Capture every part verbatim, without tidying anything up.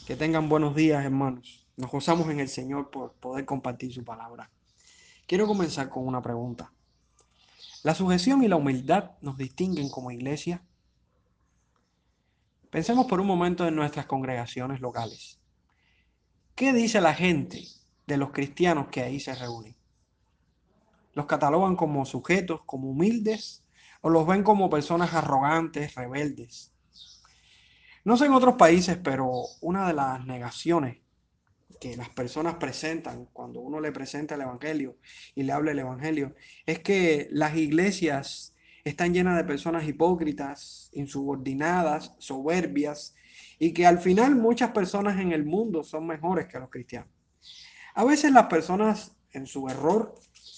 Que tengan buenos días, hermanos. Nos gozamos en el Señor por poder compartir su palabra. Quiero comenzar con una pregunta. ¿La sujeción y la humildad nos distinguen como iglesia? Pensemos por un momento en nuestras congregaciones locales. ¿Qué dice la gente de los cristianos que ahí se reúnen? ¿Los catalogan como sujetos, como humildes, o los ven como personas arrogantes, rebeldes? No sé en otros países, pero una de las negaciones que las personas presentan cuando uno le presenta el Evangelio y le habla el Evangelio, es que las iglesias están llenas de personas hipócritas, insubordinadas, soberbias, y que al final muchas personas en el mundo son mejores que los cristianos. A veces las personas en su error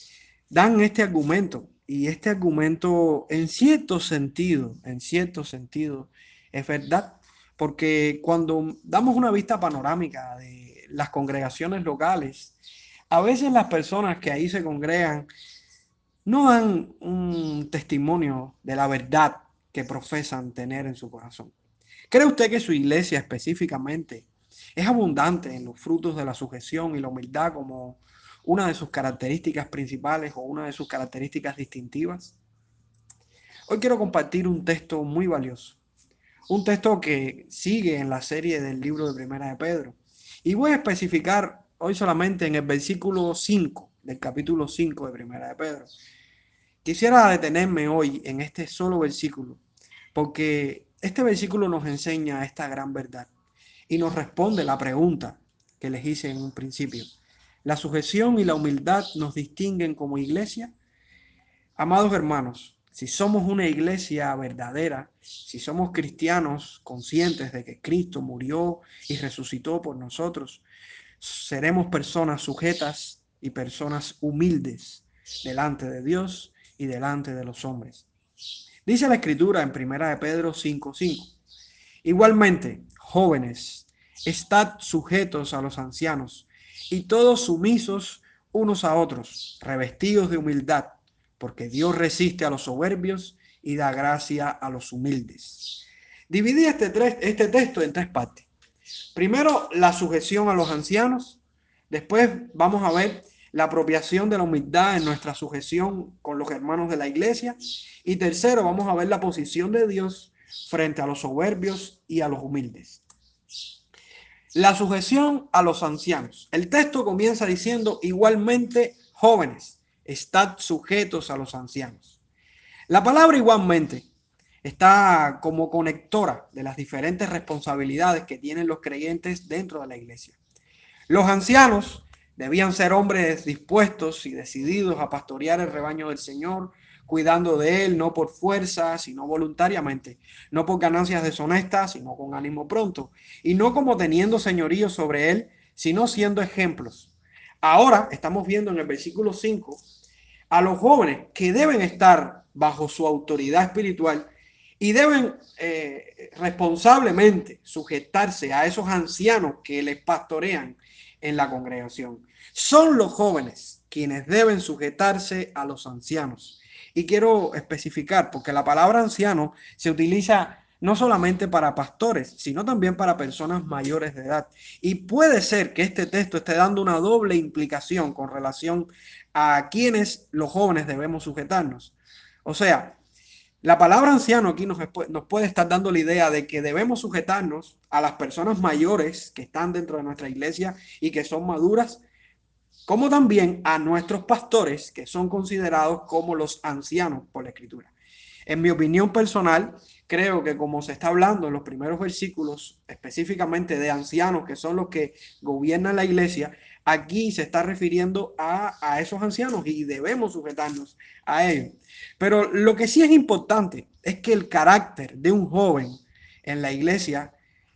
dan este argumento, y este argumento en cierto sentido, en cierto sentido, es verdad, porque cuando damos una vista panorámica de las congregaciones locales, a veces las personas que ahí se congregan no dan un testimonio de la verdad que profesan tener en su corazón. ¿Cree usted que su iglesia específicamente es abundante en los frutos de la sujeción y la humildad como una de sus características principales o una de sus características distintivas? Hoy quiero compartir un texto muy valioso, un texto que sigue en la serie del libro de Primera de Pedro. Y voy a especificar hoy solamente en el versículo cinco del capítulo cinco de Primera de Pedro. Quisiera detenerme hoy en este solo versículo, porque este versículo nos enseña esta gran verdad y nos responde la pregunta que les hice en un principio. ¿La sujeción y la humildad nos distinguen como iglesia? Amados hermanos, si somos una iglesia verdadera, si somos cristianos conscientes de que Cristo murió y resucitó por nosotros, seremos personas sujetas y personas humildes delante de Dios y delante de los hombres. Dice la Escritura en Primera de Pedro cinco cinco. Igualmente, jóvenes, estad sujetos a los ancianos y todos sumisos unos a otros, revestidos de humildad, porque Dios resiste a los soberbios y da gracia a los humildes. Dividí este, tres, este texto en tres partes. Primero, la sujeción a los ancianos. Después vamos a ver la apropiación de la humildad en nuestra sujeción con los hermanos de la iglesia. Y tercero, vamos a ver la posición de Dios frente a los soberbios y a los humildes. La sujeción a los ancianos. El texto comienza diciendo, igualmente, jóvenes, estad sujetos a los ancianos. La palabra igualmente está como conectora de las diferentes responsabilidades que tienen los creyentes dentro de la iglesia. Los ancianos debían ser hombres dispuestos y decididos a pastorear el rebaño del Señor, cuidando de él, no por fuerza, sino voluntariamente, no por ganancias deshonestas, sino con ánimo pronto, y no como teniendo señorío sobre él, sino siendo ejemplos. Ahora estamos viendo en el versículo cinco a los jóvenes que deben estar bajo su autoridad espiritual y deben eh, responsablemente sujetarse a esos ancianos que les pastorean en la congregación. Son los jóvenes quienes deben sujetarse a los ancianos. Y quiero especificar, porque la palabra anciano se utiliza no solamente para pastores, sino también para personas mayores de edad. Y puede ser que este texto esté dando una doble implicación con relación a quienes los jóvenes debemos sujetarnos. O sea, la palabra anciano aquí nos, nos puede estar dando la idea de que debemos sujetarnos a las personas mayores que están dentro de nuestra iglesia y que son maduras, como también a nuestros pastores que son considerados como los ancianos por la Escritura. En mi opinión personal, creo que como se está hablando en los primeros versículos, específicamente de ancianos que son los que gobiernan la iglesia, aquí se está refiriendo a, a esos ancianos y debemos sujetarnos a ellos. Pero lo que sí es importante es que el carácter de un joven en la iglesia,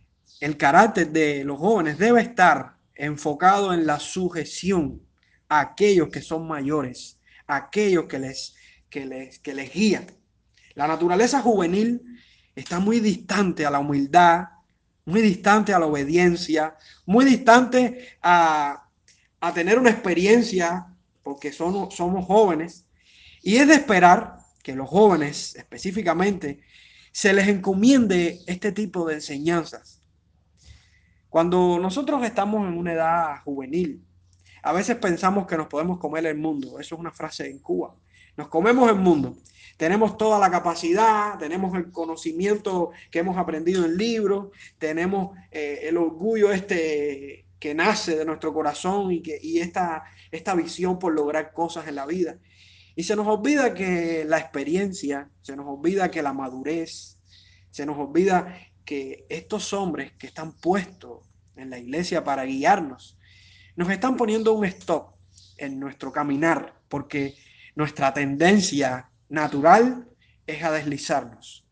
el carácter de los jóvenes debe estar enfocado en la sujeción a aquellos que son mayores, a aquellos que les, que les, que les guían. La naturaleza juvenil está muy distante a la humildad, muy distante a la obediencia, muy distante a, a tener una experiencia, porque son, somos jóvenes, y es de esperar que los jóvenes específicamente se les encomiende este tipo de enseñanzas. Cuando nosotros estamos en una edad juvenil, a veces pensamos que nos podemos comer el mundo. Eso es una frase en Cuba. Nos comemos el mundo. Tenemos toda la capacidad, tenemos el conocimiento que hemos aprendido en libros, tenemos eh, el orgullo este que nace de nuestro corazón y, que, y esta, esta visión por lograr cosas en la vida. Y se nos olvida que la experiencia, se nos olvida que la madurez, se nos olvida que estos hombres que están puestos en la iglesia para guiarnos, nos están poniendo un stop en nuestro caminar, porque nuestra tendencia natural es a deslizarnos.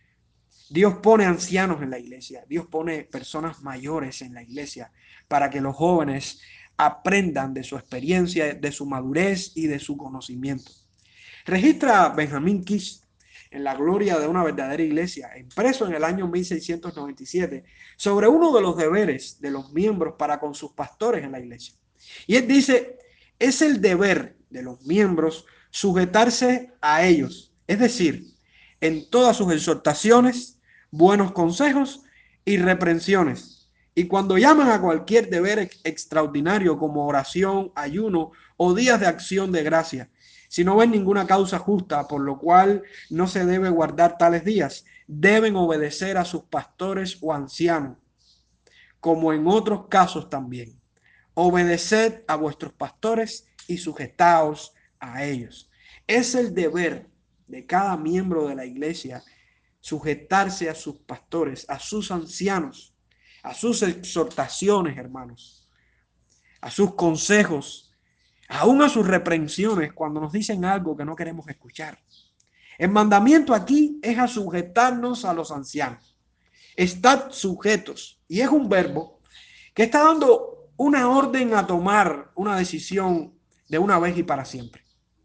Dios pone ancianos en la iglesia, Dios pone personas mayores en la iglesia para que los jóvenes aprendan de su experiencia, de su madurez y de su conocimiento. Registra Benjamín Kish en La gloria de una verdadera iglesia, impreso en el año mil seiscientos noventa y siete, sobre uno de los deberes de los miembros para con sus pastores en la iglesia. Y él dice, es el deber de los miembros sujetarse a ellos, es decir, en todas sus exhortaciones, buenos consejos y reprensiones. Y cuando llaman a cualquier deber ex extraordinario como oración, ayuno o días de acción de gracia, si no ven ninguna causa justa por lo cual no se debe guardar tales días, deben obedecer a sus pastores o ancianos, como en otros casos también. Obedeced a vuestros pastores y sujetaos a ellos. Es el deber de cada miembro de la iglesia sujetarse a sus pastores, a sus ancianos, a sus exhortaciones, hermanos, a sus consejos, aún a sus reprensiones cuando nos dicen algo que no queremos escuchar. El mandamiento aquí es a sujetarnos a los ancianos. Estad sujetos. Y es un verbo que está dando una orden a tomar una decisión de una vez y para siempre.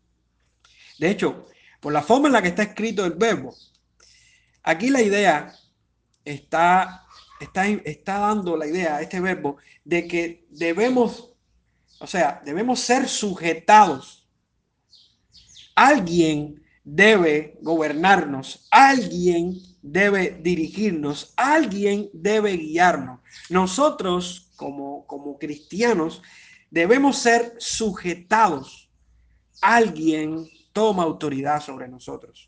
De hecho, por la forma en la que está escrito el verbo, aquí la idea está, está, está dando la idea, este verbo, de que debemos, o sea, debemos ser sujetados. Alguien debe gobernarnos, alguien debe dirigirnos, alguien debe guiarnos. Nosotros, como, como cristianos, debemos ser sujetados. Alguien toma autoridad sobre nosotros.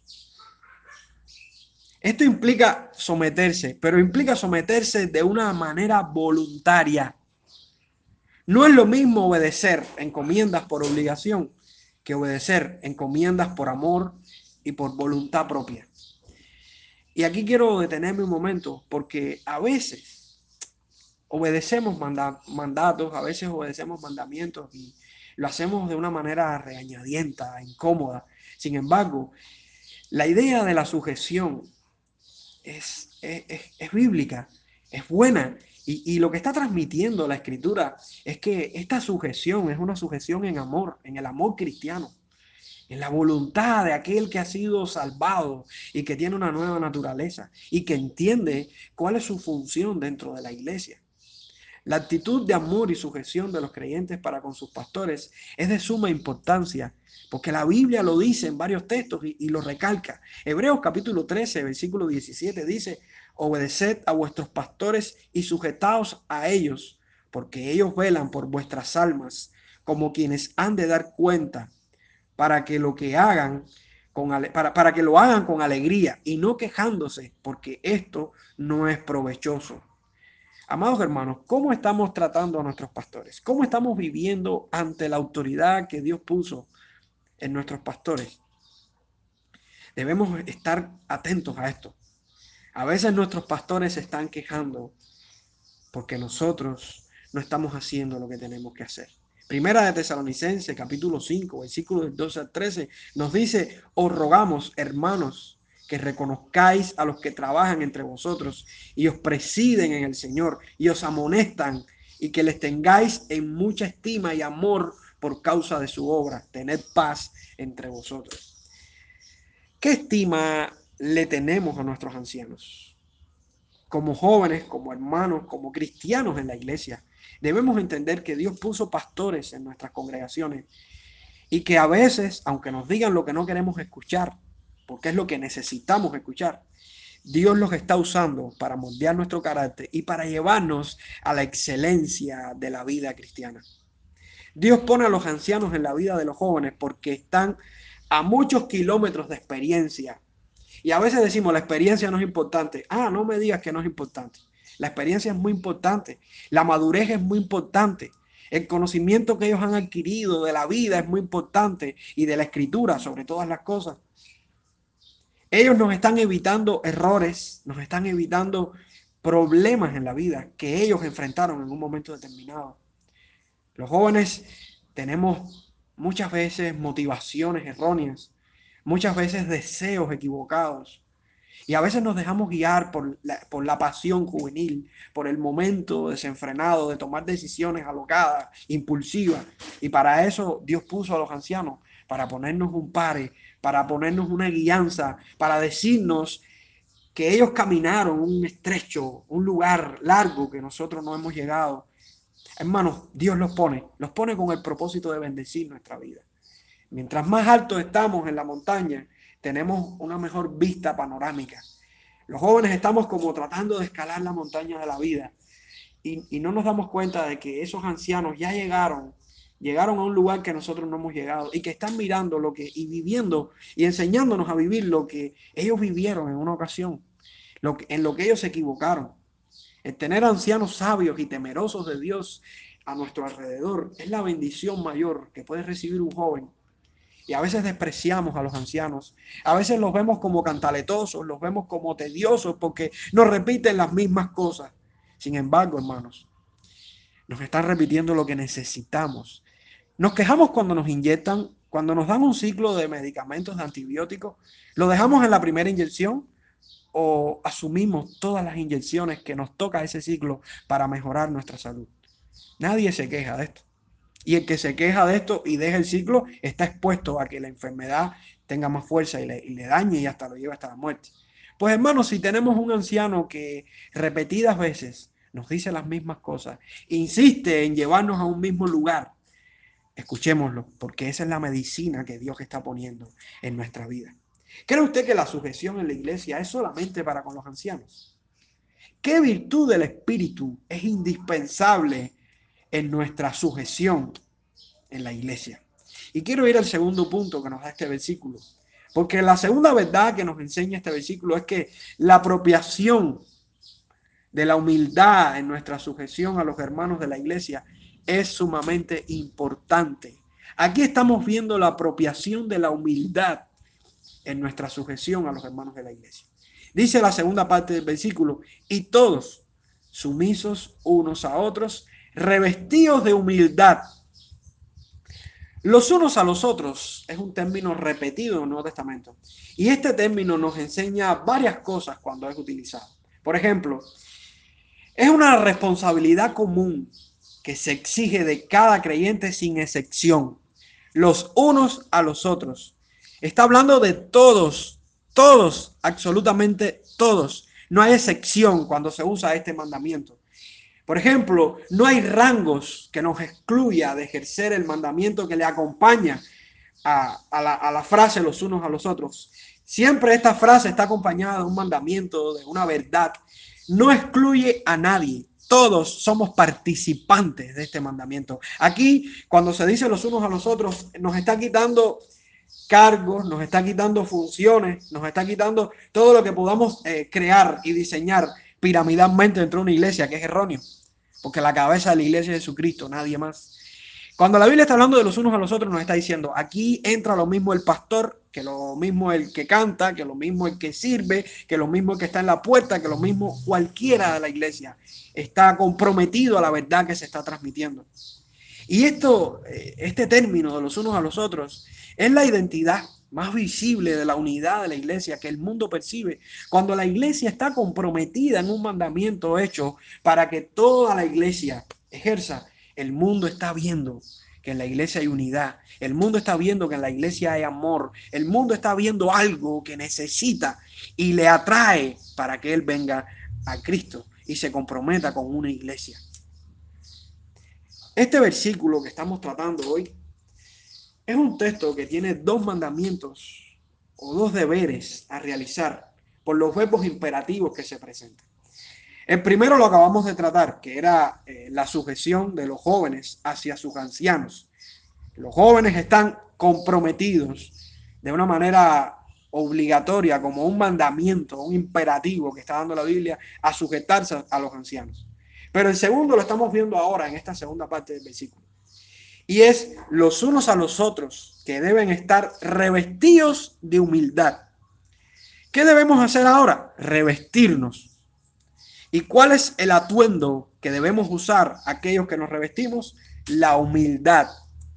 Esto implica someterse, pero implica someterse de una manera voluntaria. No es lo mismo obedecer encomiendas por obligación que obedecer encomiendas por amor y por voluntad propia. Y aquí quiero detenerme un momento porque a veces obedecemos mandatos, a veces obedecemos mandamientos y lo hacemos de una manera regañadienta, incómoda. Sin embargo, la idea de la sujeción es, es, es, es bíblica, es buena. Y, y lo que está transmitiendo la Escritura es que esta sujeción es una sujeción en amor, en el amor cristiano, en la voluntad de aquel que ha sido salvado y que tiene una nueva naturaleza y que entiende cuál es su función dentro de la iglesia. La actitud de amor y sujeción de los creyentes para con sus pastores es de suma importancia, porque la Biblia lo dice en varios textos y, y lo recalca. Hebreos capítulo trece, versículo diecisiete dice, obedeced a vuestros pastores y sujetaos a ellos, porque ellos velan por vuestras almas, como quienes han de dar cuenta, para que lo que hagan con ale- para, para que lo hagan con alegría y no quejándose, porque esto no es provechoso. Amados hermanos, ¿cómo estamos tratando a nuestros pastores? ¿Cómo estamos viviendo ante la autoridad que Dios puso en nuestros pastores? Debemos estar atentos a esto. A veces nuestros pastores se están quejando porque nosotros no estamos haciendo lo que tenemos que hacer. Primera de Tesalonicenses, capítulo cinco, versículos del doce al trece, nos dice, os rogamos, hermanos, que reconozcáis a los que trabajan entre vosotros y os presiden en el Señor y os amonestan y que les tengáis en mucha estima y amor por causa de su obra. Tened paz entre vosotros. ¿Qué estima le tenemos a nuestros ancianos? Como jóvenes, como hermanos, como cristianos en la iglesia, debemos entender que Dios puso pastores en nuestras congregaciones y que a veces, aunque nos digan lo que no queremos escuchar, porque es lo que necesitamos escuchar, Dios los está usando para moldear nuestro carácter y para llevarnos a la excelencia de la vida cristiana. Dios pone a los ancianos en la vida de los jóvenes porque están a muchos kilómetros de experiencia. Y a veces decimos, la experiencia no es importante. Ah, no me digas que no es importante. La experiencia es muy importante. La madurez es muy importante. El conocimiento que ellos han adquirido de la vida es muy importante y de la escritura sobre todas las cosas. Ellos nos están evitando errores, nos están evitando problemas en la vida que ellos enfrentaron en un momento determinado. Los jóvenes tenemos muchas veces motivaciones erróneas, muchas veces deseos equivocados. Y a veces nos dejamos guiar por la, por la pasión juvenil, por el momento desenfrenado de tomar decisiones alocadas, impulsivas. Y para eso Dios puso a los ancianos, para ponernos un pare, para ponernos una guianza, para decirnos que ellos caminaron un estrecho, un lugar largo que nosotros no hemos llegado. Hermanos, Dios los pone, los pone con el propósito de bendecir nuestra vida. Mientras más alto estamos en la montaña, tenemos una mejor vista panorámica. Los jóvenes estamos como tratando de escalar la montaña de la vida y, y no nos damos cuenta de que esos ancianos ya llegaron, llegaron a un lugar que nosotros no hemos llegado y que están mirando lo que y viviendo y enseñándonos a vivir lo que ellos vivieron en una ocasión, lo que, en lo que ellos se equivocaron. El tener ancianos sabios y temerosos de Dios a nuestro alrededor es la bendición mayor que puede recibir un joven. Y a veces despreciamos a los ancianos. A veces los vemos como cantaletosos, los vemos como tediosos porque nos repiten las mismas cosas. Sin embargo, hermanos, nos están repitiendo lo que necesitamos. Nos quejamos cuando nos inyectan, cuando nos dan un ciclo de medicamentos, de antibióticos. ¿Lo dejamos en la primera inyección o asumimos todas las inyecciones que nos toca ese ciclo para mejorar nuestra salud? Nadie se queja de esto. Y el que se queja de esto y deja el ciclo está expuesto a que la enfermedad tenga más fuerza y le, y le dañe y hasta lo lleve hasta la muerte. Pues hermanos, si tenemos un anciano que repetidas veces nos dice las mismas cosas, insiste en llevarnos a un mismo lugar, escuchémoslo, porque esa es la medicina que Dios está poniendo en nuestra vida. ¿Cree usted que la sujeción en la iglesia es solamente para con los ancianos? ¿Qué virtud del Espíritu es indispensable en nuestra sujeción en la iglesia? Y quiero ir al segundo punto que nos da este versículo, porque la segunda verdad que nos enseña este versículo es que la apropiación de la humildad en nuestra sujeción a los hermanos de la iglesia es sumamente importante. Aquí estamos viendo la apropiación de la humildad en nuestra sujeción a los hermanos de la iglesia. Dice la segunda parte del versículo, y todos sumisos unos a otros, revestidos de humildad. Los unos a los otros es un término repetido en el Nuevo Testamento. Y este término nos enseña varias cosas cuando es utilizado. Por ejemplo, es una responsabilidad común que se exige de cada creyente sin excepción. Los unos a los otros. Está hablando de todos, todos, absolutamente todos. No hay excepción cuando se usa este mandamiento. Por ejemplo, no hay rangos que nos excluya de ejercer el mandamiento que le acompaña a, a, la, a la frase los unos a los otros. Siempre esta frase está acompañada de un mandamiento, de una verdad. No excluye a nadie. Todos somos participantes de este mandamiento. Aquí, cuando se dice los unos a los otros, nos está quitando cargos, nos está quitando funciones, nos está quitando todo lo que podamos eh, crear y diseñar piramidalmente dentro de una iglesia, que es erróneo, porque la cabeza de la iglesia es Jesucristo, nadie más. Cuando la Biblia está hablando de los unos a los otros, nos está diciendo, aquí entra lo mismo el pastor, que lo mismo el que canta, que lo mismo el que sirve, que lo mismo el que está en la puerta, que lo mismo cualquiera de la iglesia está comprometido a la verdad que se está transmitiendo. Y esto, este término de los unos a los otros, es la identidad más visible de la unidad de la iglesia que el mundo percibe. Cuando la iglesia está comprometida en un mandamiento hecho para que toda la iglesia ejerza, el mundo está viendo que en la iglesia hay unidad. El mundo está viendo que en la iglesia hay amor. El mundo está viendo algo que necesita y le atrae para que él venga a Cristo y se comprometa con una iglesia. Este versículo que estamos tratando hoy es un texto que tiene dos mandamientos o dos deberes a realizar por los verbos imperativos que se presentan. El primero lo acabamos de tratar, que era eh, la sujeción de los jóvenes hacia sus ancianos. Los jóvenes están comprometidos de una manera obligatoria, como un mandamiento, un imperativo que está dando la Biblia, a sujetarse a los ancianos. Pero el segundo lo estamos viendo ahora en esta segunda parte del versículo. Y es los unos a los otros que deben estar revestidos de humildad. ¿Qué debemos hacer ahora? Revestirnos. ¿Y cuál es el atuendo que debemos usar aquellos que nos revestimos? La humildad.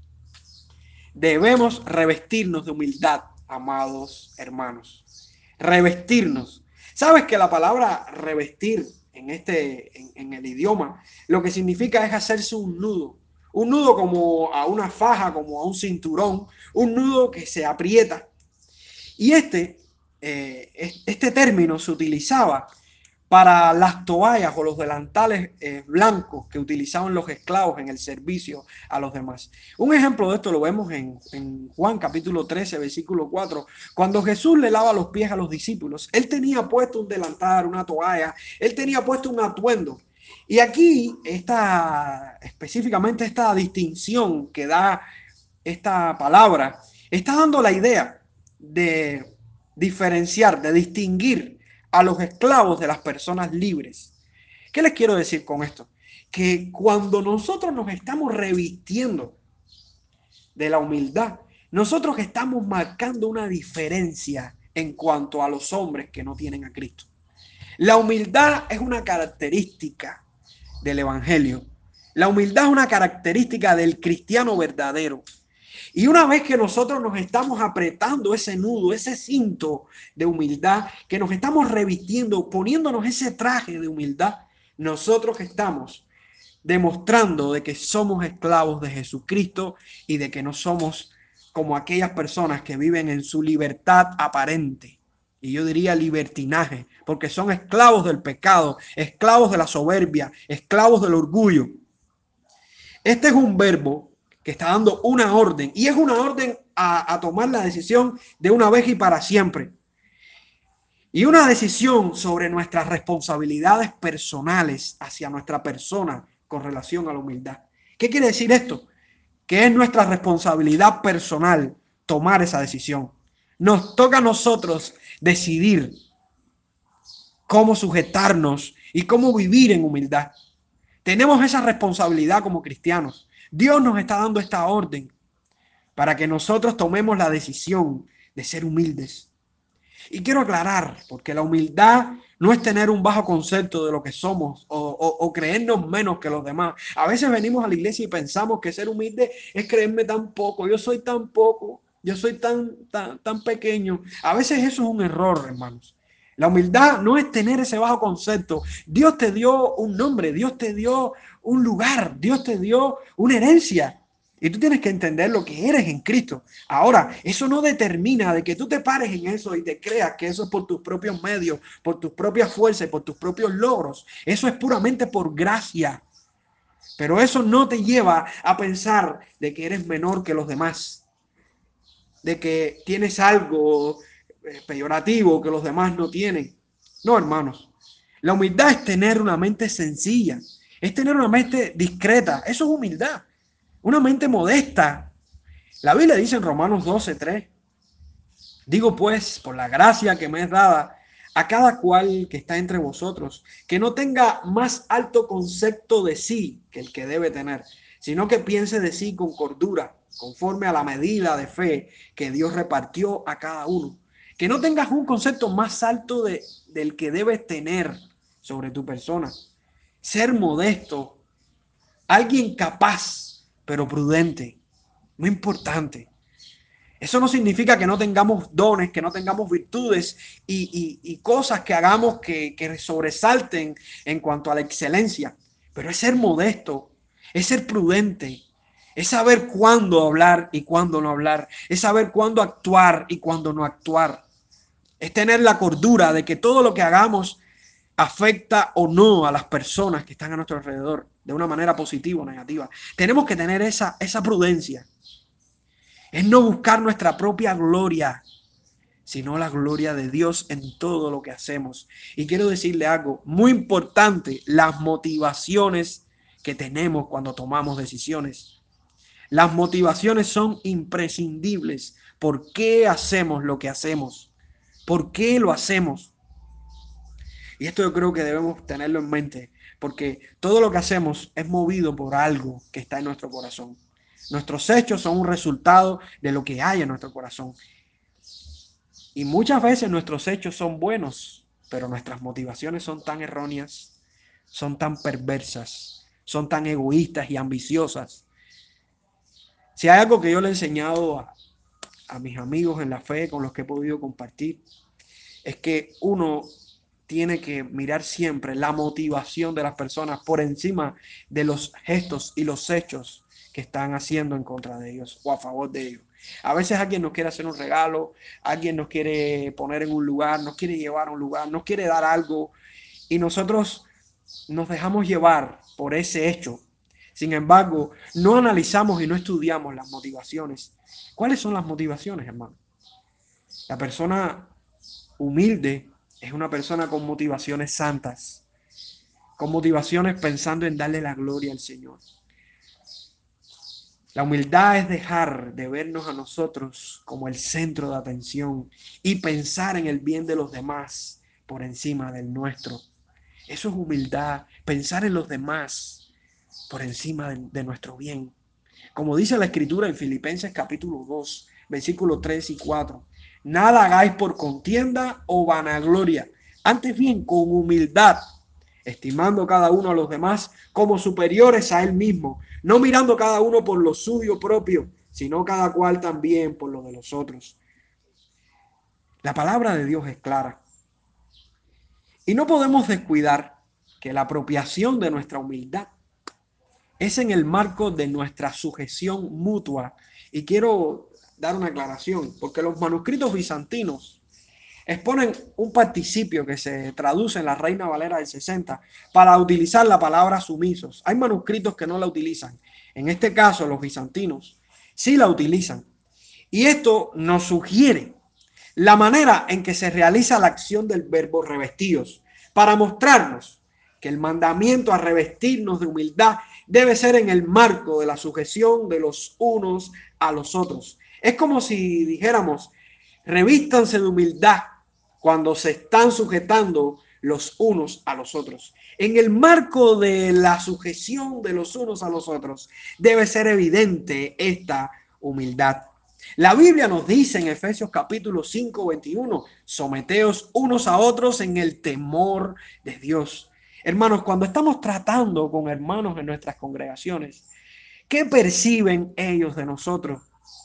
Debemos revestirnos de humildad, amados hermanos. Revestirnos. ¿Sabes que la palabra revestir en, este, en, en el idioma lo que significa es hacerse un nudo? Un nudo como a una faja, como a un cinturón, un nudo que se aprieta. Y este, eh, este término se utilizaba para las toallas o los delantales eh, blancos que utilizaban los esclavos en el servicio a los demás. Un ejemplo de esto lo vemos en, en Juan capítulo trece, versículo cuatro. Cuando Jesús le lava los pies a los discípulos, él tenía puesto un delantal, una toalla, él tenía puesto un atuendo. Y aquí, esta, específicamente esta distinción que da esta palabra, está dando la idea de diferenciar, de distinguir a los esclavos de las personas libres. ¿Qué les quiero decir con esto? Que cuando nosotros nos estamos revistiendo de la humildad, nosotros estamos marcando una diferencia en cuanto a los hombres que no tienen a Cristo. La humildad es una característica del Evangelio. La humildad es una característica del cristiano verdadero. Y una vez que nosotros nos estamos apretando ese nudo, ese cinto de humildad, que nos estamos revistiendo, poniéndonos ese traje de humildad, nosotros estamos demostrando de que somos esclavos de Jesucristo y de que no somos como aquellas personas que viven en su libertad aparente. Y yo diría libertinaje, porque son esclavos del pecado, esclavos de la soberbia, esclavos del orgullo. Este es un verbo que está dando una orden, y es una orden a, a tomar la decisión de una vez y para siempre. Y una decisión sobre nuestras responsabilidades personales hacia nuestra persona con relación a la humildad. ¿Qué quiere decir esto? Que es nuestra responsabilidad personal tomar esa decisión. Nos toca a nosotros decidir cómo sujetarnos y cómo vivir en humildad. Tenemos esa responsabilidad como cristianos. Dios nos está dando esta orden para que nosotros tomemos la decisión de ser humildes. Y quiero aclarar, porque la humildad no es tener un bajo concepto de lo que somos o, o, o creernos menos que los demás. A veces venimos a la iglesia y pensamos que ser humilde es creerme tan poco. Yo soy tan poco, yo soy tan, tan, tan pequeño. A veces eso es un error, hermanos. La humildad no es tener ese bajo concepto. Dios te dio un nombre, Dios te dio un lugar, Dios te dio una herencia. Y tú tienes que entender lo que eres en Cristo. Ahora, eso no determina de que tú te pares en eso y te creas que eso es por tus propios medios, por tus propias fuerzas, por tus propios logros. Eso es puramente por gracia. Pero eso no te lleva a pensar de que eres menor que los demás, de que tienes algo peyorativo que los demás no tienen. No, hermanos. La humildad es tener una mente sencilla, es tener una mente discreta. Eso es humildad. Una mente modesta. La Biblia dice en Romanos doce, tres, digo pues, por la gracia que me es dada, a cada cual que está entre vosotros, que no tenga más alto concepto de sí que el que debe tener, sino que piense de sí con cordura, conforme a la medida de fe que Dios repartió a cada uno. Que no tengas un concepto más alto de, del que debes tener sobre tu persona. Ser modesto, alguien capaz, pero prudente, muy importante. Eso no significa que no tengamos dones, que no tengamos virtudes y, y, y cosas que hagamos que, que sobresalten en cuanto a la excelencia, pero es ser modesto, es ser prudente, es saber cuándo hablar y cuándo no hablar, es saber cuándo actuar y cuándo no actuar, es tener la cordura de que todo lo que hagamos afecta o no a las personas que están a nuestro alrededor de una manera positiva o negativa. Tenemos que tener esa, esa prudencia. Es no buscar nuestra propia gloria, sino la gloria de Dios en todo lo que hacemos. Y quiero decirle algo muy importante: las motivaciones que tenemos cuando tomamos decisiones. Las motivaciones son imprescindibles. ¿Por qué hacemos lo que hacemos? ¿Por qué lo hacemos? Y esto yo creo que debemos tenerlo en mente, porque todo lo que hacemos es movido por algo que está en nuestro corazón. Nuestros hechos son un resultado de lo que hay en nuestro corazón. Y muchas veces nuestros hechos son buenos, pero nuestras motivaciones son tan erróneas, son tan perversas, son tan egoístas y ambiciosas. Si hay algo que yo le he enseñado a, a mis amigos en la fe con los que he podido compartir, es que uno tiene que mirar siempre la motivación de las personas por encima de los gestos y los hechos que están haciendo en contra de ellos o a favor de ellos. A veces alguien nos quiere hacer un regalo, alguien nos quiere poner en un lugar, nos quiere llevar a un lugar, nos quiere dar algo y nosotros nos dejamos llevar por ese hecho. Sin embargo, no analizamos y no estudiamos las motivaciones. ¿Cuáles son las motivaciones, hermano? La persona humilde es una persona con motivaciones santas, con motivaciones pensando en darle la gloria al Señor. La humildad es dejar de vernos a nosotros como el centro de atención y pensar en el bien de los demás por encima del nuestro. Eso es humildad, pensar en los demás por encima de, de nuestro bien. Como dice la Escritura en Filipenses capítulo dos, versículos tres y cuatro. Nada hagáis por contienda o vanagloria, antes bien con humildad, estimando cada uno a los demás como superiores a él mismo, no mirando cada uno por lo suyo propio, sino cada cual también por lo de los otros. La palabra de Dios es clara. Y no podemos descuidar que la apropiación de nuestra humildad es en el marco de nuestra sujeción mutua. Y quiero dar una aclaración, porque los manuscritos bizantinos exponen un participio que se traduce en la Reina Valera del sesenta para utilizar la palabra sumisos. Hay manuscritos que no la utilizan. En este caso, los bizantinos sí la utilizan. Y esto nos sugiere la manera en que se realiza la acción del verbo revestidos, para mostrarnos que el mandamiento a revestirnos de humildad debe ser en el marco de la sujeción de los unos a los otros. Es como si dijéramos: revístanse de humildad cuando se están sujetando los unos a los otros. En el marco de la sujeción de los unos a los otros debe ser evidente esta humildad. La Biblia nos dice en Efesios capítulo cinco, veintiuno, someteos unos a otros en el temor de Dios. Hermanos, cuando estamos tratando con hermanos en nuestras congregaciones, ¿qué perciben ellos de nosotros?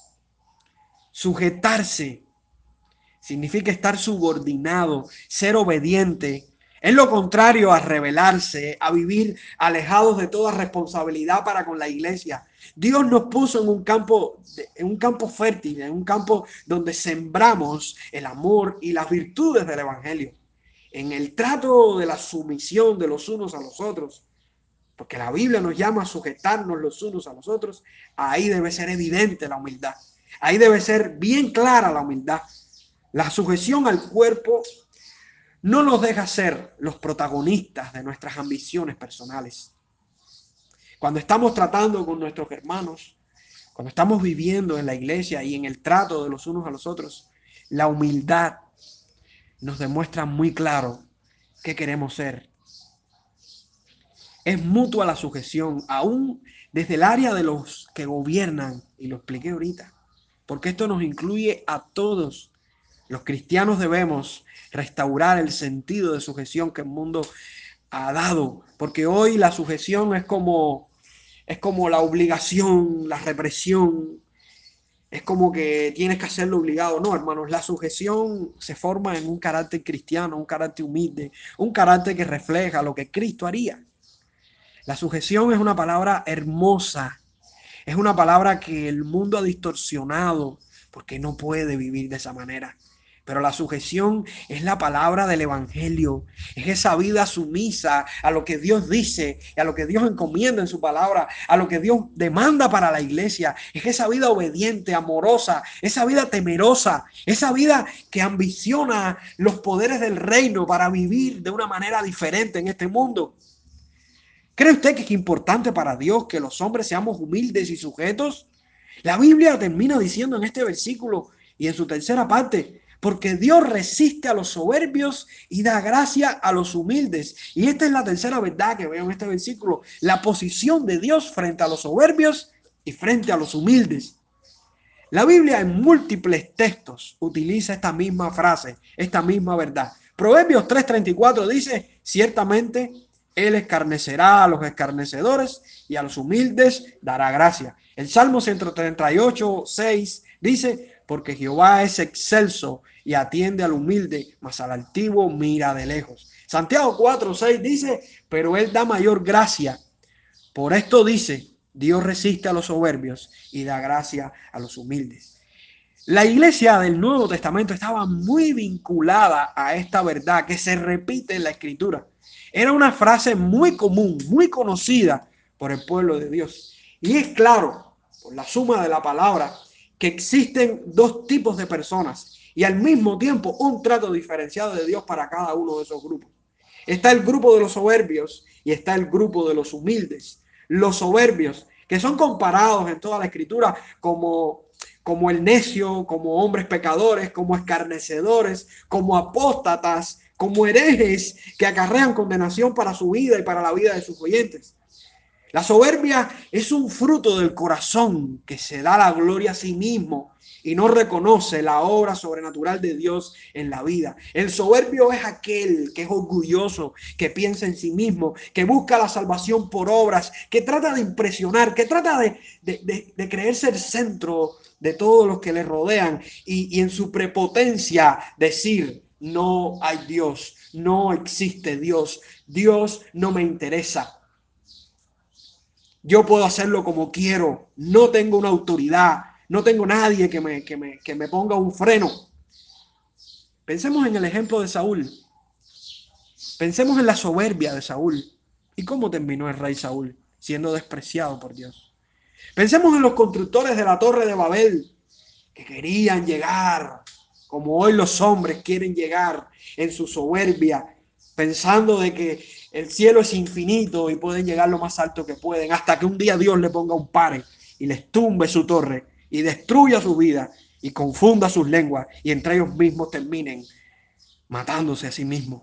Sujetarse significa estar subordinado, ser obediente. Es lo contrario a rebelarse, a vivir alejados de toda responsabilidad para con la iglesia. Dios nos puso en un campo, en un campo fértil, en un campo donde sembramos el amor y las virtudes del evangelio. En el trato de la sumisión de los unos a los otros, porque la Biblia nos llama a sujetarnos los unos a los otros, ahí debe ser evidente la humildad. Ahí debe ser bien clara la humildad. La sujeción al cuerpo no nos deja ser los protagonistas de nuestras ambiciones personales. Cuando estamos tratando con nuestros hermanos, cuando estamos viviendo en la iglesia y en el trato de los unos a los otros, la humildad nos demuestra muy claro qué queremos ser. Es mutua la sujeción, aún desde el área de los que gobiernan, y lo expliqué ahorita, porque esto nos incluye a todos. Los cristianos debemos restaurar el sentido de sujeción que el mundo ha dado, porque hoy la sujeción es como, es como la obligación, la represión, es como que tienes que hacerlo obligado. No, hermanos, la sujeción se forma en un carácter cristiano, un carácter humilde, un carácter que refleja lo que Cristo haría. La sujeción es una palabra hermosa, es una palabra que el mundo ha distorsionado porque no puede vivir de esa manera. Pero la sujeción es la palabra del evangelio. Es esa vida sumisa a lo que Dios dice, a lo que Dios encomienda en su palabra, a lo que Dios demanda para la iglesia. Es esa vida obediente, amorosa, esa vida temerosa, esa vida que ambiciona los poderes del reino para vivir de una manera diferente en este mundo. ¿Cree usted que es importante para Dios que los hombres seamos humildes y sujetos? La Biblia termina diciendo en este versículo y en su tercera parte, porque Dios resiste a los soberbios y da gracia a los humildes. Y esta es la tercera verdad que veo en este versículo, la posición de Dios frente a los soberbios y frente a los humildes. La Biblia en múltiples textos utiliza esta misma frase, esta misma verdad. Proverbios tres treinta y cuatro dice, ciertamente Él escarnecerá a los escarnecedores y a los humildes dará gracia. El Salmo ciento treinta y ocho, seis dice, porque Jehová es excelso y atiende al humilde, mas al altivo mira de lejos. Santiago cuatro, seis dice, pero Él da mayor gracia. Por esto dice, Dios resiste a los soberbios y da gracia a los humildes. La iglesia del Nuevo Testamento estaba muy vinculada a esta verdad que se repite en la Escritura. Era una frase muy común, muy conocida por el pueblo de Dios. Y es claro, por la suma de la palabra, que existen dos tipos de personas y al mismo tiempo un trato diferenciado de Dios para cada uno de esos grupos. Está el grupo de los soberbios y está el grupo de los humildes. Los soberbios, que son comparados en toda la Escritura como, como el necio, como hombres pecadores, como escarnecedores, como apóstatas, como herejes que acarrean condenación para su vida y para la vida de sus oyentes. La soberbia es un fruto del corazón que se da la gloria a sí mismo y no reconoce la obra sobrenatural de Dios en la vida. El soberbio es aquel que es orgulloso, que piensa en sí mismo, que busca la salvación por obras, que trata de impresionar, que trata de, de, de, de creerse el centro de todos los que le rodean y, y en su prepotencia decir, no hay Dios, no existe Dios, Dios no me interesa. Yo puedo hacerlo como quiero, no tengo una autoridad, no tengo nadie que me, que me, que me ponga un freno. Pensemos en el ejemplo de Saúl. Pensemos en la soberbia de Saúl. ¿Y cómo terminó el rey Saúl? Siendo despreciado por Dios. Pensemos en los constructores de la Torre de Babel, que querían llegar, como hoy los hombres quieren llegar en su soberbia, pensando de que el cielo es infinito y pueden llegar lo más alto que pueden, hasta que un día Dios le ponga un pare y les tumbe su torre y destruya su vida y confunda sus lenguas y entre ellos mismos terminen matándose a sí mismos.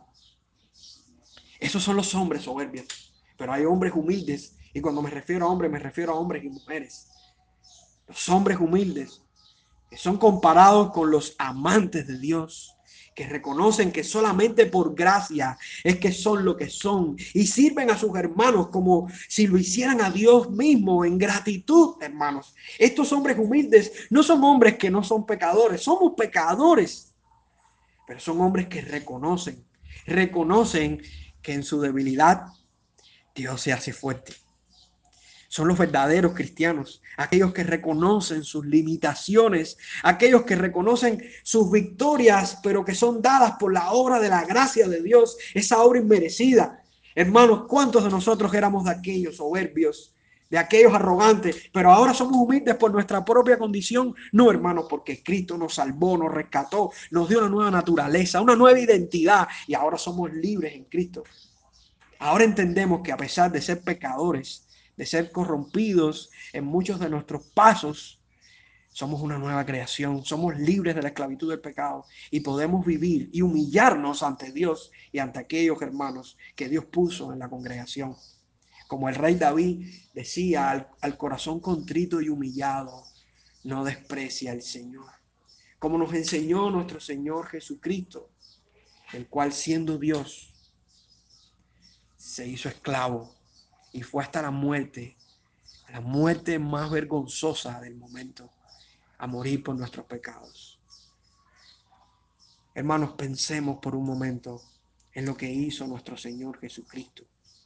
Esos son los hombres soberbios, pero hay hombres humildes, y cuando me refiero a hombres me refiero a hombres y mujeres. Los hombres humildes que son comparados con los amantes de Dios, que reconocen que solamente por gracia es que son lo que son y sirven a sus hermanos como si lo hicieran a Dios mismo en gratitud, hermanos. Estos hombres humildes no son hombres que no son pecadores, somos pecadores, pero son hombres que reconocen, reconocen que en su debilidad Dios se hace fuerte. Son los verdaderos cristianos, aquellos que reconocen sus limitaciones, aquellos que reconocen sus victorias, pero que son dadas por la obra de la gracia de Dios, esa obra inmerecida. Hermanos, ¿cuántos de nosotros éramos de aquellos soberbios, de aquellos arrogantes, pero ahora somos humildes por nuestra propia condición? No, hermanos, porque Cristo nos salvó, nos rescató, nos dio una nueva naturaleza, una nueva identidad y ahora somos libres en Cristo. Ahora entendemos que a pesar de ser pecadores, de ser corrompidos en muchos de nuestros pasos, somos una nueva creación, somos libres de la esclavitud del pecado y podemos vivir y humillarnos ante Dios y ante aquellos hermanos que Dios puso en la congregación. Como el rey David decía, al, al corazón contrito y humillado no desprecia el Señor. Como nos enseñó nuestro Señor Jesucristo, el cual siendo Dios se hizo esclavo y fue hasta la muerte, la muerte más vergonzosa del momento, a morir por nuestros pecados. Hermanos, pensemos por un momento en lo que hizo nuestro Señor Jesucristo.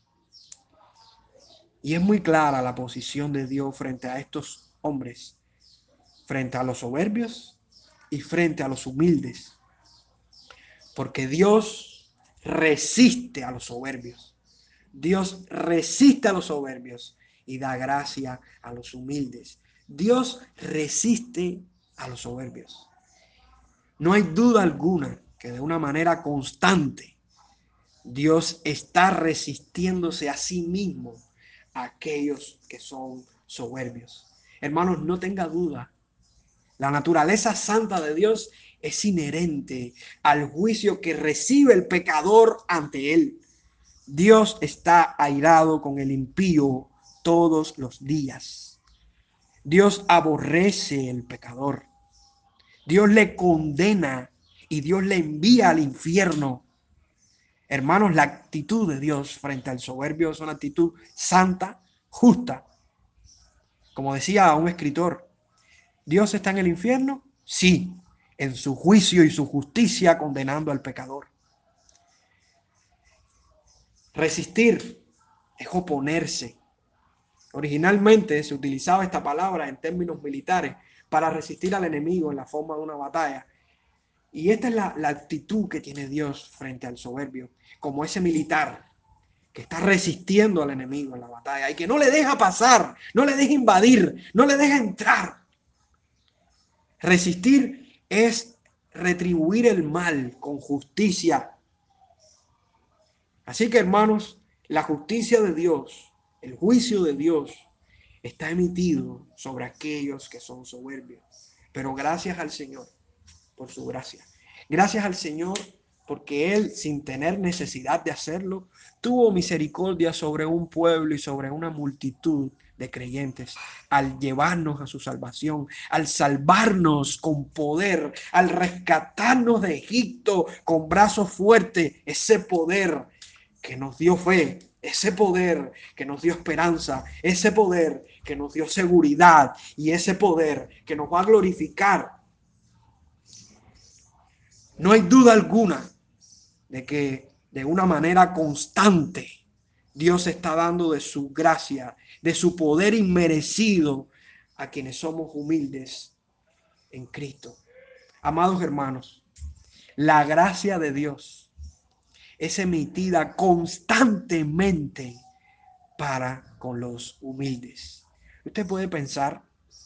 Y es muy clara la posición de Dios frente a estos hombres, frente a los soberbios y frente a los humildes. Porque Dios resiste a los soberbios. Dios resiste a los soberbios y da gracia a los humildes. Dios resiste a los soberbios. No hay duda alguna que de una manera constante Dios está resistiéndose a sí mismo a aquellos que son soberbios. Hermanos, no tenga duda. La naturaleza santa de Dios es inherente al juicio que recibe el pecador ante él. Dios está airado con el impío todos los días. Dios aborrece el pecador. Dios le condena y Dios le envía al infierno. Hermanos, la actitud de Dios frente al soberbio es una actitud santa, justa. Como decía un escritor, ¿Dios está en el infierno? Sí, en su juicio y su justicia condenando al pecador. Resistir es oponerse. Originalmente se utilizaba esta palabra en términos militares para resistir al enemigo en la forma de una batalla. Y esta es la, la actitud que tiene Dios frente al soberbio, como ese militar que está resistiendo al enemigo en la batalla y que no le deja pasar, no le deja invadir, no le deja entrar. Resistir es retribuir el mal con justicia. Así que, hermanos, la justicia de Dios, el juicio de Dios, está emitido sobre aquellos que son soberbios. Pero gracias al Señor por su gracia. Gracias al Señor porque Él, sin tener necesidad de hacerlo, tuvo misericordia sobre un pueblo y sobre una multitud de creyentes, al llevarnos a su salvación, al salvarnos con poder, al rescatarnos de Egipto con brazos fuertes, ese poder que nos dio fe, ese poder que nos dio esperanza, ese poder que nos dio seguridad y ese poder que nos va a glorificar. No hay duda alguna de que de una manera constante Dios está dando de su gracia, de su poder inmerecido a quienes somos humildes en Cristo. Amados hermanos, la gracia de Dios es emitida constantemente para con los humildes. Usted puede pensar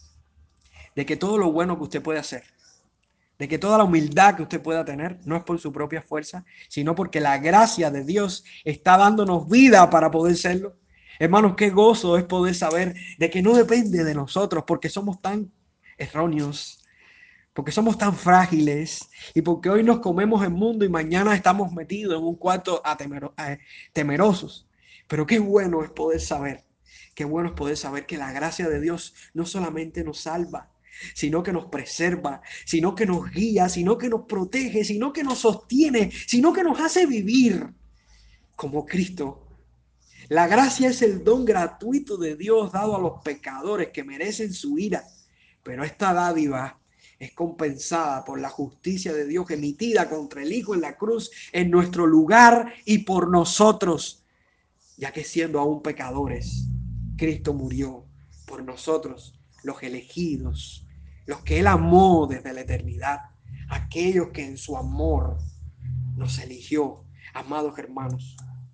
de que todo lo bueno que usted puede hacer, de que toda la humildad que usted pueda tener no es por su propia fuerza, sino porque la gracia de Dios está dándonos vida para poder serlo. Hermanos, qué gozo es poder saber de que no depende de nosotros porque somos tan erróneos, porque somos tan frágiles y porque hoy nos comemos el mundo y mañana estamos metidos en un cuarto a temero, a temerosos. Pero qué bueno es poder saber, qué bueno es poder saber que la gracia de Dios no solamente nos salva, sino que nos preserva, sino que nos guía, sino que nos protege, sino que nos sostiene, sino que nos hace vivir como Cristo. La gracia es el don gratuito de Dios dado a los pecadores que merecen su ira, pero esta dádiva es compensada por la justicia de Dios emitida contra el Hijo en la cruz en nuestro lugar y por nosotros, ya que siendo aún pecadores, Cristo murió por nosotros, los elegidos, los que Él amó desde la eternidad, aquellos que en su amor nos eligió. Amados hermanos,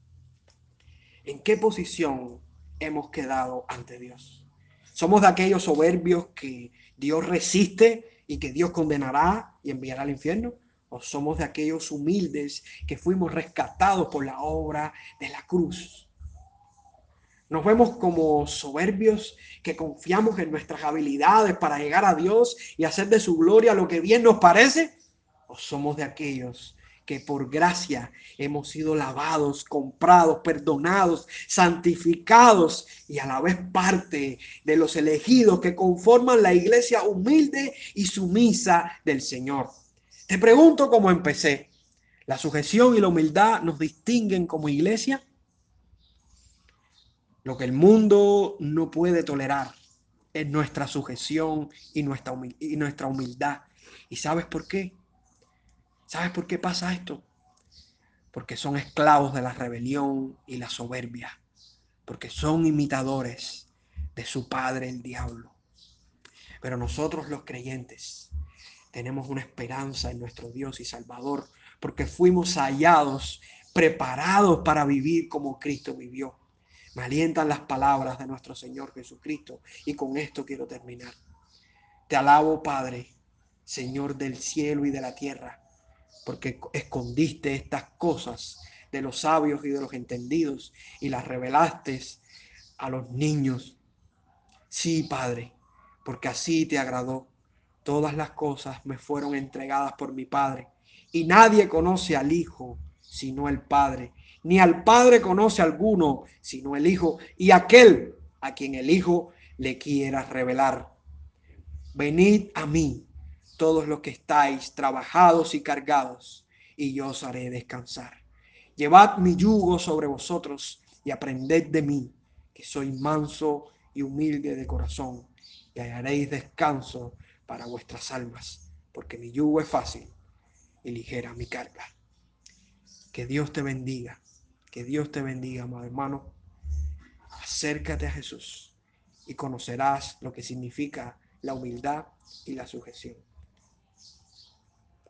¿en qué posición hemos quedado ante Dios? ¿Somos de aquellos soberbios que Dios resiste y que Dios condenará y enviará al infierno? ¿O somos de aquellos humildes que fuimos rescatados por la obra de la cruz? Nos vemos como soberbios que confiamos en nuestras habilidades para llegar a Dios y hacer de su gloria lo que bien nos parece. ¿O somos de aquellos que por gracia hemos sido lavados, comprados, perdonados, santificados y a la vez parte de los elegidos que conforman la iglesia humilde y sumisa del Señor? Te pregunto cómo empecé. ¿La sujeción y la humildad nos distinguen como iglesia? Lo que el mundo no puede tolerar es nuestra sujeción y nuestra, humil- y nuestra humildad. ¿Y sabes por qué? ¿Sabes por qué pasa esto? Porque son esclavos de la rebelión y la soberbia. Porque son imitadores de su padre, el diablo. Pero nosotros los creyentes tenemos una esperanza en nuestro Dios y Salvador, porque fuimos hallados, preparados para vivir como Cristo vivió. Me alientan las palabras de nuestro Señor Jesucristo y con esto quiero terminar. Te alabo, Padre, Señor del cielo y de la tierra, porque escondiste estas cosas de los sabios y de los entendidos y las revelaste a los niños. Sí, Padre, porque así te agradó. Todas las cosas me fueron entregadas por mi Padre, y nadie conoce al Hijo sino el Padre, ni al Padre conoce a alguno sino el Hijo, y aquel a quien el Hijo le quiera revelar. Venid a mí, todos los que estáis trabajados y cargados, y yo os haré descansar. Llevad mi yugo sobre vosotros y aprended de mí, que soy manso y humilde de corazón, y hallaréis descanso para vuestras almas, porque mi yugo es fácil y ligera mi carga. Que Dios te bendiga, que Dios te bendiga, amado hermano. Acércate a Jesús y conocerás lo que significa la humildad y la sujeción.